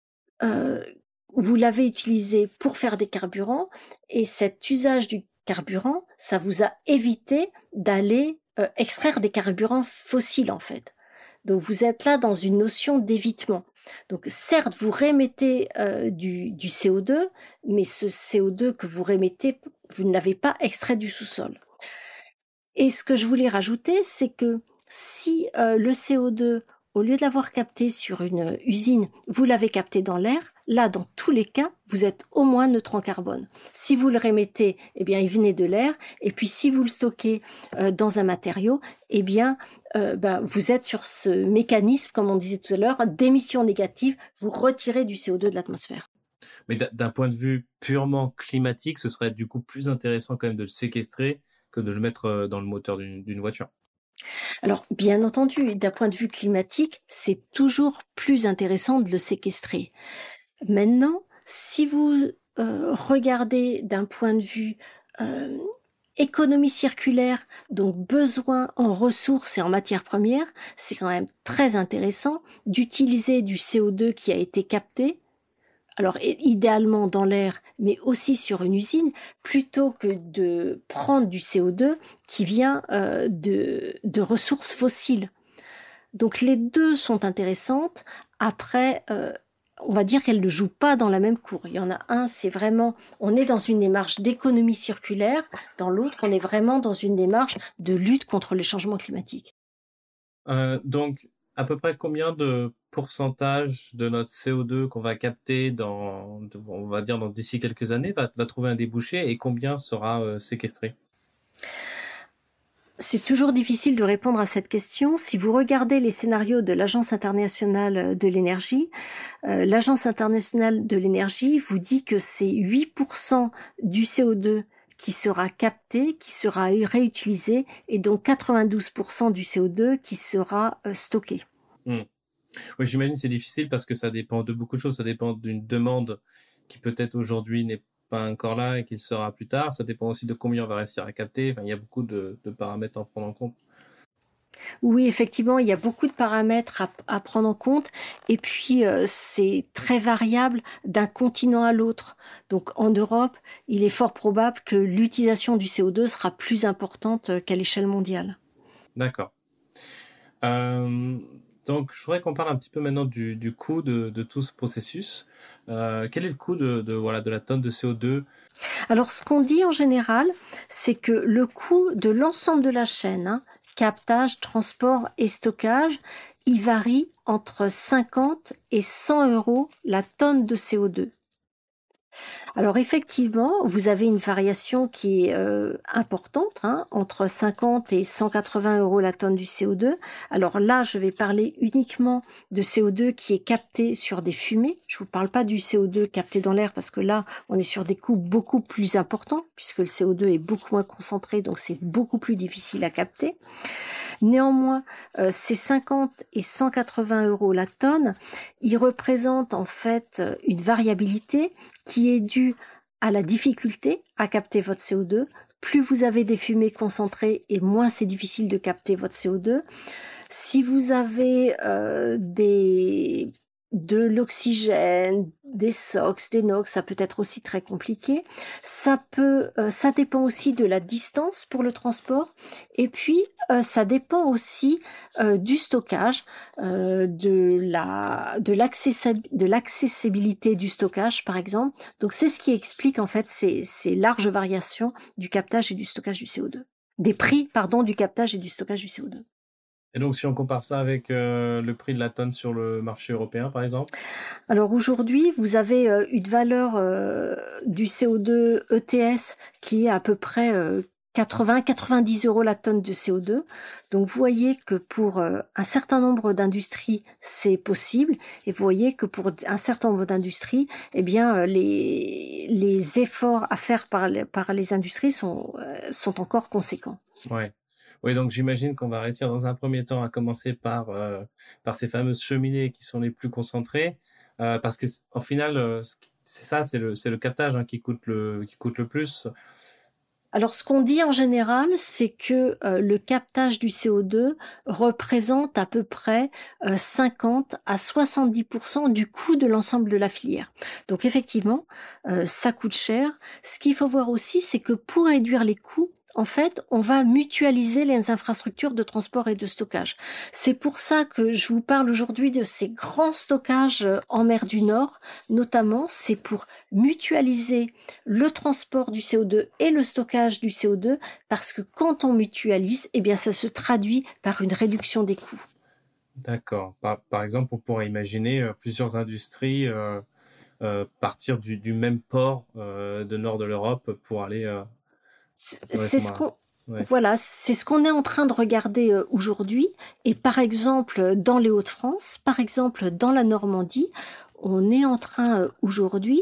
vous l'avez utilisé pour faire des carburants et cet usage du carburant, ça vous a évité d'aller extraire des carburants fossiles en fait. Donc vous êtes là dans une notion d'évitement. Donc certes, vous rémettez du CO2, mais ce CO2 que vous rémettez, vous ne l'avez pas extrait du sous-sol. Et ce que je voulais rajouter, c'est que si le CO2, au lieu de l'avoir capté sur une usine, vous l'avez capté dans l'air, là, dans tous les cas, vous êtes au moins neutre en carbone. Si vous le remettez, eh bien, il venait de l'air. Et puis, si vous le stockez dans un matériau, eh bien, vous êtes sur ce mécanisme, comme on disait tout à l'heure, d'émission négative. Vous retirez du CO2 de l'atmosphère. Mais d'un point de vue purement climatique, ce serait du coup plus intéressant quand même de le séquestrer que de le mettre dans le moteur d'une voiture. Alors, bien entendu, d'un point de vue climatique, c'est toujours plus intéressant de le séquestrer. Maintenant, si vous regardez d'un point de vue économie circulaire, donc besoin en ressources et en matières premières, c'est quand même très intéressant d'utiliser du CO2 qui a été capté, alors idéalement dans l'air, mais aussi sur une usine, plutôt que de prendre du CO2 qui vient de ressources fossiles. Donc les deux sont intéressantes. Après, on va dire qu'elles ne jouent pas dans la même cour. Il y en a un, c'est vraiment, on est dans une démarche d'économie circulaire. Dans l'autre, on est vraiment dans une démarche de lutte contre les changements climatiques. Donc, à peu près combien de pourcentage de notre CO2 qu'on va capter on va dire d'ici quelques années, va trouver un débouché et combien sera séquestré? C'est toujours difficile de répondre à cette question. Si vous regardez les scénarios de l'Agence internationale de l'énergie, l'Agence internationale de l'énergie vous dit que c'est 8% du CO2 qui sera capté, qui sera réutilisé, et donc 92% du CO2 qui sera stocké. Oui, j'imagine que c'est difficile parce que ça dépend de beaucoup de choses. Ça dépend d'une demande qui peut-être aujourd'hui n'est pas encore là et qu'il sera plus tard. Ça dépend aussi de combien on va réussir à capter. Enfin, il y a beaucoup de paramètres à en prendre en compte. Oui, effectivement, il y a beaucoup de paramètres à prendre en compte et puis, c'est très variable d'un continent à l'autre. Donc en Europe, il est fort probable que l'utilisation du CO2 sera plus importante, qu'à l'échelle mondiale. D'accord. Euh, donc, je voudrais qu'on parle un petit peu maintenant du coût de tout ce processus. Quel est le coût voilà, de la tonne de CO2? Alors ce qu'on dit en général, c'est que le coût de l'ensemble de la chaîne, hein, captage, transport et stockage, il varie entre 50 et 100 € la tonne de CO2. Alors effectivement, vous avez une variation qui est importante, hein, entre 50 et 180 € la tonne du CO2. Alors là, je vais parler uniquement de CO2 qui est capté sur des fumées. Je vous parle pas du CO2 capté dans l'air parce que là, on est sur des coûts beaucoup plus importants puisque le CO2 est beaucoup moins concentré, donc c'est beaucoup plus difficile à capter. Néanmoins, ces 50 et 180 € la tonne, ils représentent en fait une variabilité qui est due à la difficulté à capter votre CO2. Plus vous avez des fumées concentrées et moins c'est difficile de capter votre CO2. Si vous avez de l'oxygène, des SOx, des NOx, ça peut être aussi très compliqué. Ça dépend aussi de la distance pour le transport. Et puis, ça dépend aussi du stockage, de l'accessibilité du stockage, par exemple. Donc, c'est ce qui explique en fait ces larges variations du captage et du stockage du CO2. Des prix, pardon, du captage et du stockage du CO2. Et donc, si on compare ça avec le prix de la tonne sur le marché européen, par exemple? Alors aujourd'hui, vous avez une valeur du CO2 ETS qui est à peu près 80-90 € la tonne de CO2. Donc vous voyez que pour un certain nombre d'industries, c'est possible. Et vous voyez que pour un certain nombre d'industries, eh bien, les efforts à faire par les industries sont encore conséquents. Ouais. Oui, donc j'imagine qu'on va réussir dans un premier temps à commencer par ces fameuses cheminées qui sont les plus concentrées, parce que en final, c'est ça, c'est le captage, hein, qui coûte le plus. Alors, ce qu'on dit en général, c'est que le captage du CO2 représente à peu près 50 à 70% du coût de l'ensemble de la filière. Donc, effectivement, ça coûte cher. Ce qu'il faut voir aussi, c'est que pour réduire les coûts, en fait, on va mutualiser les infrastructures de transport et de stockage. C'est pour ça que je vous parle aujourd'hui de ces grands stockages en mer du Nord, notamment, c'est pour mutualiser le transport du CO2 et le stockage du CO2, parce que quand on mutualise, eh bien, ça se traduit par une réduction des coûts. D'accord. Par exemple, on pourrait imaginer plusieurs industries partir du même port de nord de l'Europe pour aller C'est ce qu'on Ouais. Voilà, c'est ce qu'on est en train de regarder aujourd'hui. Et par exemple, dans les Hauts-de-France, par exemple, dans la Normandie, on est en train aujourd'hui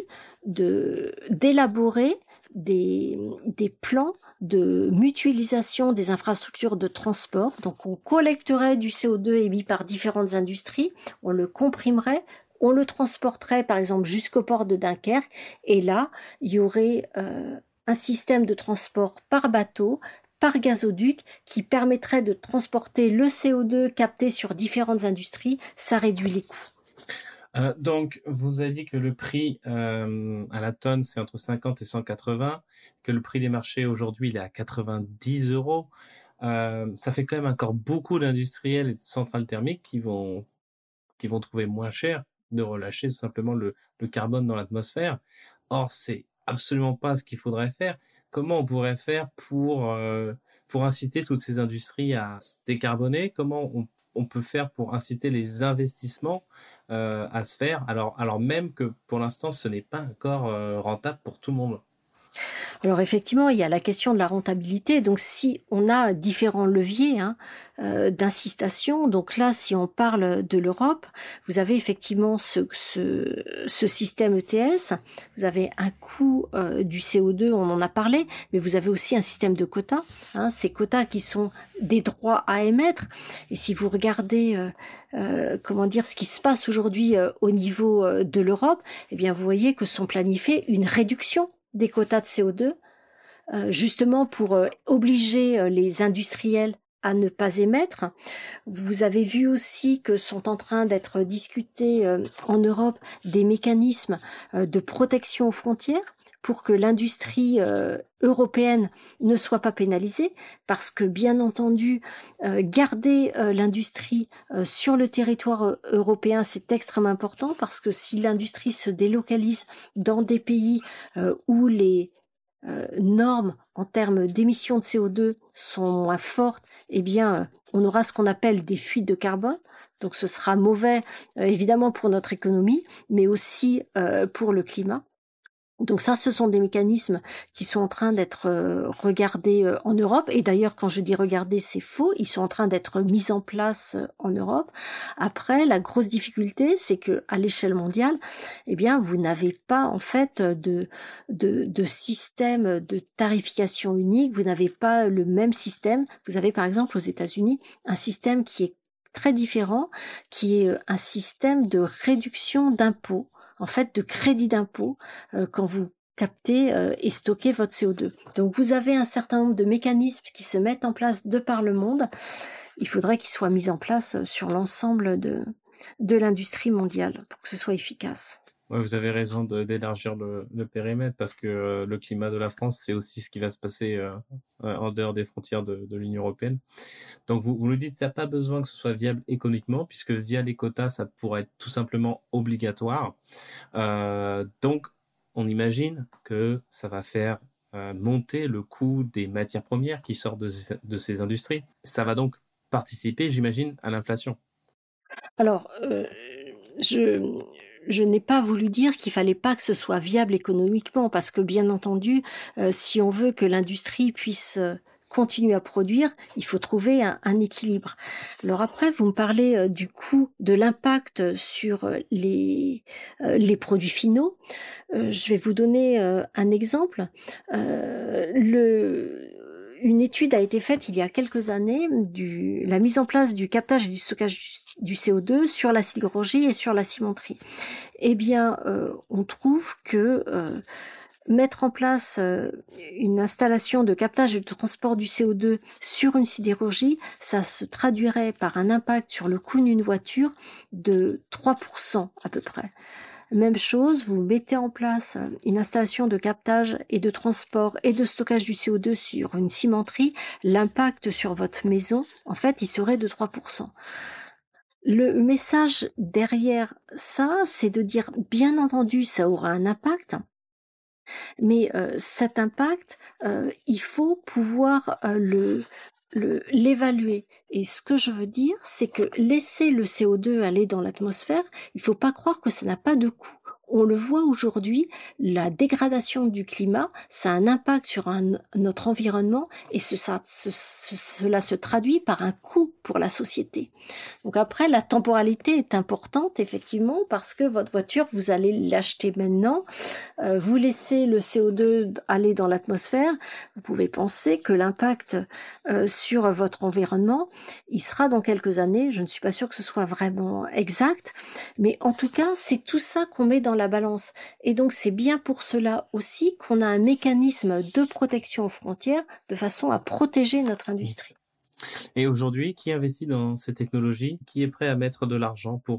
d'élaborer des plans de mutualisation des infrastructures de transport. Donc, on collecterait du CO2 émis par différentes industries, on le comprimerait, on le transporterait, par exemple, jusqu'au port de Dunkerque. Et là, il y aurait un système de transport par bateau, par gazoduc, qui permettrait de transporter le CO2 capté sur différentes industries. Ça réduit les coûts. Donc, vous avez dit que le prix à la tonne, c'est entre 50 et 180, que le prix des marchés aujourd'hui, il est à 90 €. Ça fait quand même encore beaucoup d'industriels et de centrales thermiques qui vont trouver moins cher de relâcher tout simplement le carbone dans l'atmosphère. Or, c'est absolument pas ce qu'il faudrait faire. Comment on pourrait faire pour inciter toutes ces industries à se décarboner? Comment on peut faire pour inciter les investissements à se faire, alors même que pour l'instant, ce n'est pas encore rentable pour tout le monde? Alors effectivement, il y a la question de la rentabilité. Donc si on a différents leviers, hein, d'incitation, donc là, si on parle de l'Europe, vous avez effectivement ce système ETS, vous avez un coût du CO2, on en a parlé, mais vous avez aussi un système de quotas, hein, ces quotas qui sont des droits à émettre. Et si vous regardez comment dire, ce qui se passe aujourd'hui au niveau de l'Europe, eh bien vous voyez que sont planifiées une réduction des quotas de CO2, justement pour obliger les industriels à ne pas émettre. Vous avez vu aussi que sont en train d'être discutés en Europe des mécanismes de protection aux frontières pour que l'industrie européenne ne soit pas pénalisée, parce que bien entendu, garder l'industrie sur le territoire européen, c'est extrêmement important, parce que si l'industrie se délocalise dans des pays où les normes en termes d'émissions de CO2 sont moins fortes, eh bien, on aura ce qu'on appelle des fuites de carbone. Donc, ce sera mauvais, évidemment, pour notre économie, mais aussi pour le climat. Donc ça, ce sont des mécanismes qui sont en train d'être regardés en Europe. Et d'ailleurs, quand je dis regarder, c'est faux. Ils sont en train d'être mis en place en Europe. Après, la grosse difficulté, c'est que à l'échelle mondiale, eh bien, vous n'avez pas en fait de système de tarification unique. Vous n'avez pas le même système. Vous avez par exemple aux États-Unis un système qui est très différent, qui est un système de réduction d'impôts, en fait de crédit d'impôt quand vous captez et stockez votre CO2. Donc vous avez un certain nombre de mécanismes qui se mettent en place de par le monde. Il faudrait qu'ils soient mis en place sur l'ensemble de l'industrie mondiale pour que ce soit efficace. Ouais, vous avez raison d'élargir le périmètre parce que le climat de la France, c'est aussi ce qui va se passer en dehors des frontières de l'Union européenne. Donc, vous nous dites que ça n'a pas besoin que ce soit viable économiquement, puisque via les quotas, ça pourrait être tout simplement obligatoire. Donc, on imagine que ça va faire monter le coût des matières premières qui sortent de ces industries. Ça va donc participer, j'imagine, à l'inflation. Alors, je n'ai pas voulu dire qu'il fallait pas que ce soit viable économiquement, parce que bien entendu, si on veut que l'industrie puisse continuer à produire, il faut trouver un équilibre. Alors après, vous me parlez du coût, de l'impact sur les produits finaux. Je vais vous donner un exemple. Une étude a été faite il y a quelques années la mise en place du captage et du stockage du CO2 sur la sidérurgie et sur la cimenterie. Eh bien, on trouve que mettre en place une installation de captage et de transport du CO2 sur une sidérurgie, ça se traduirait par un impact sur le coût d'une voiture de 3% à peu près. Même chose, vous mettez en place une installation de captage et de transport et de stockage du CO2 sur une cimenterie, l'impact sur votre maison, en fait, il serait de 3%. Le message derrière ça, c'est de dire, bien entendu, ça aura un impact, mais cet impact, il faut pouvoir l'évaluer. Et ce que je veux dire, c'est que laisser le CO2 aller dans l'atmosphère, il ne faut pas croire que ça n'a pas de coût. On le voit aujourd'hui, la dégradation du climat, ça a un impact sur notre environnement et cela se traduit par un coût pour la société. Donc après, la temporalité est importante, effectivement, parce que votre voiture, vous allez l'acheter maintenant, vous laissez le CO2 aller dans l'atmosphère, vous pouvez penser que l'impact sur votre environnement, il sera dans quelques années. Je ne suis pas sûre que ce soit vraiment exact, mais en tout cas, c'est tout ça qu'on met dans la balance. Et donc, c'est bien pour cela aussi qu'on a un mécanisme de protection aux frontières de façon à protéger notre industrie. Et aujourd'hui, qui investit dans ces technologies? Qui est prêt à mettre de l'argent pour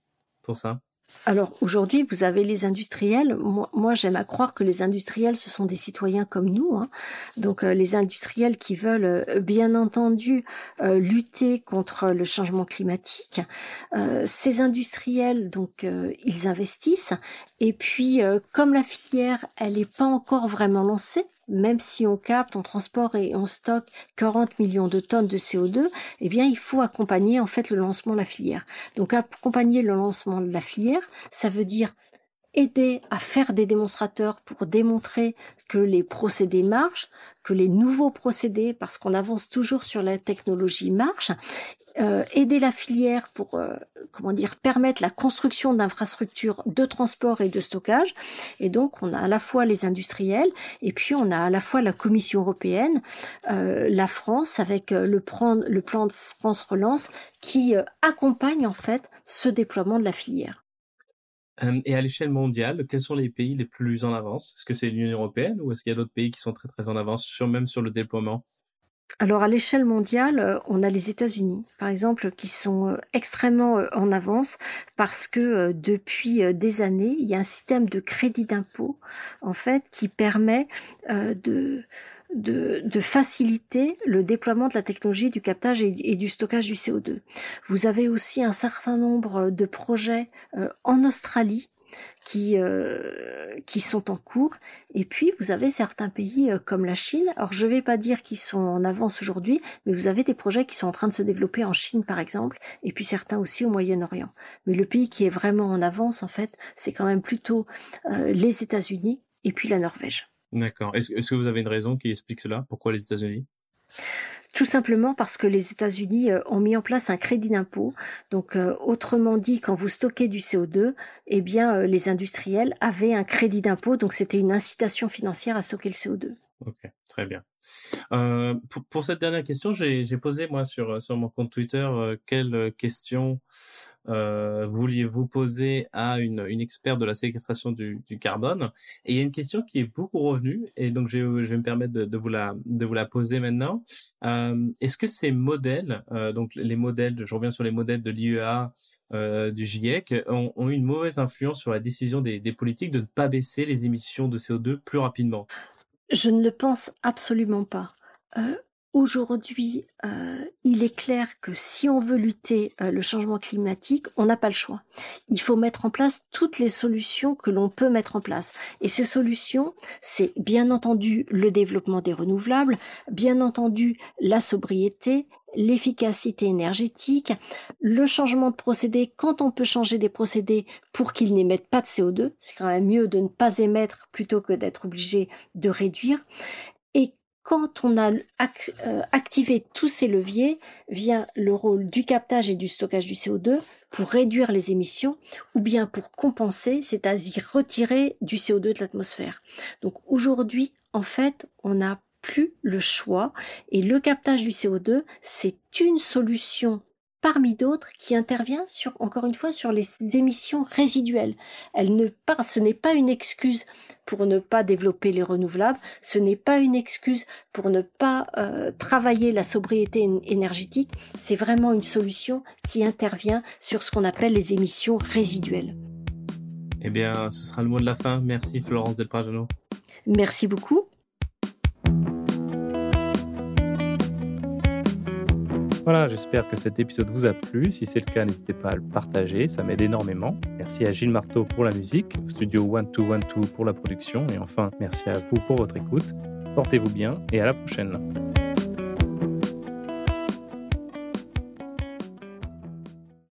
ça? Alors aujourd'hui, vous avez les industriels. Moi, j'aime à croire que les industriels, ce sont des citoyens comme nous, hein. Donc les industriels qui veulent bien entendu lutter contre le changement climatique. Ces industriels, donc ils investissent. Et puis, comme la filière, elle n'est pas encore vraiment lancée, même si on capte, on transporte et on stocke 40 millions de tonnes de CO2, eh bien, il faut accompagner en fait le lancement de la filière. Donc, accompagner le lancement de la filière, ça veut dire aider à faire des démonstrateurs pour démontrer que les procédés marchent, que les nouveaux procédés, parce qu'on avance toujours sur la technologie, marchent. Aider la filière pour permettre la construction d'infrastructures de transport et de stockage. Et donc, on a à la fois les industriels et puis on a à la fois la Commission européenne, la France avec le plan de France Relance qui accompagne en fait ce déploiement de la filière. Et à l'échelle mondiale, quels sont les pays les plus en avance? Est-ce que c'est l'Union européenne ou est-ce qu'il y a d'autres pays qui sont très très en avance, même sur le déploiement? Alors à l'échelle mondiale, on a les États-Unis, par exemple, qui sont extrêmement en avance parce que depuis des années, il y a un système de crédit d'impôt, en fait, qui permet de faciliter le déploiement de la technologie du captage et du stockage du CO2. Vous avez aussi un certain nombre de projets en Australie qui sont en cours. Et puis, vous avez certains pays comme la Chine. Alors, je ne vais pas dire qu'ils sont en avance aujourd'hui, mais vous avez des projets qui sont en train de se développer en Chine, par exemple, et puis certains aussi au Moyen-Orient. Mais le pays qui est vraiment en avance, en fait, c'est quand même plutôt les États-Unis et puis la Norvège. D'accord. Est-ce que vous avez une raison qui explique cela? Pourquoi les États-Unis? Tout simplement parce que les États-Unis ont mis en place un crédit d'impôt. Donc, autrement dit, quand vous stockez du CO2, eh bien, les industriels avaient un crédit d'impôt. Donc, c'était une incitation financière à stocker le CO2. Ok, très bien. Pour cette dernière question, j'ai posé moi sur mon compte Twitter quelle question vouliez-vous poser à une experte de la séquestration du carbone? Et il y a une question qui est beaucoup revenue, et donc je vais me permettre de vous la poser maintenant. Est-ce que ces modèles, donc les modèles, je reviens sur les modèles de l'IEA, du GIEC, ont eu une mauvaise influence sur la décision des politiques de ne pas baisser les émissions de CO2 plus rapidement? Je ne le pense absolument pas. Aujourd'hui, il est clair que si on veut lutter le changement climatique, on n'a pas le choix. Il faut mettre en place toutes les solutions que l'on peut mettre en place. Et ces solutions, c'est bien entendu le développement des renouvelables, bien entendu la sobriété, l'efficacité énergétique, le changement de procédé quand on peut changer des procédés pour qu'ils n'émettent pas de CO2. C'est quand même mieux de ne pas émettre plutôt que d'être obligé de réduire. Et quand on a activé tous ces leviers, vient le rôle du captage et du stockage du CO2 pour réduire les émissions ou bien pour compenser, c'est-à-dire retirer du CO2 de l'atmosphère. Donc aujourd'hui, en fait, on n'a plus le choix et le captage du CO2, c'est une solution parmi d'autres qui intervient encore une fois, sur les émissions résiduelles. Ce n'est pas une excuse pour ne pas développer les renouvelables, ce n'est pas une excuse pour ne pas travailler la sobriété énergétique, c'est vraiment une solution qui intervient sur ce qu'on appelle les émissions résiduelles. Eh bien, ce sera le mot de la fin. Merci Florence Del Prajano. Merci beaucoup. Voilà, j'espère que cet épisode vous a plu. Si c'est le cas, n'hésitez pas à le partager, ça m'aide énormément. Merci à Gilles Marteau pour la musique, au studio 1212 pour la production, et enfin, merci à vous pour votre écoute. Portez-vous bien et à la prochaine.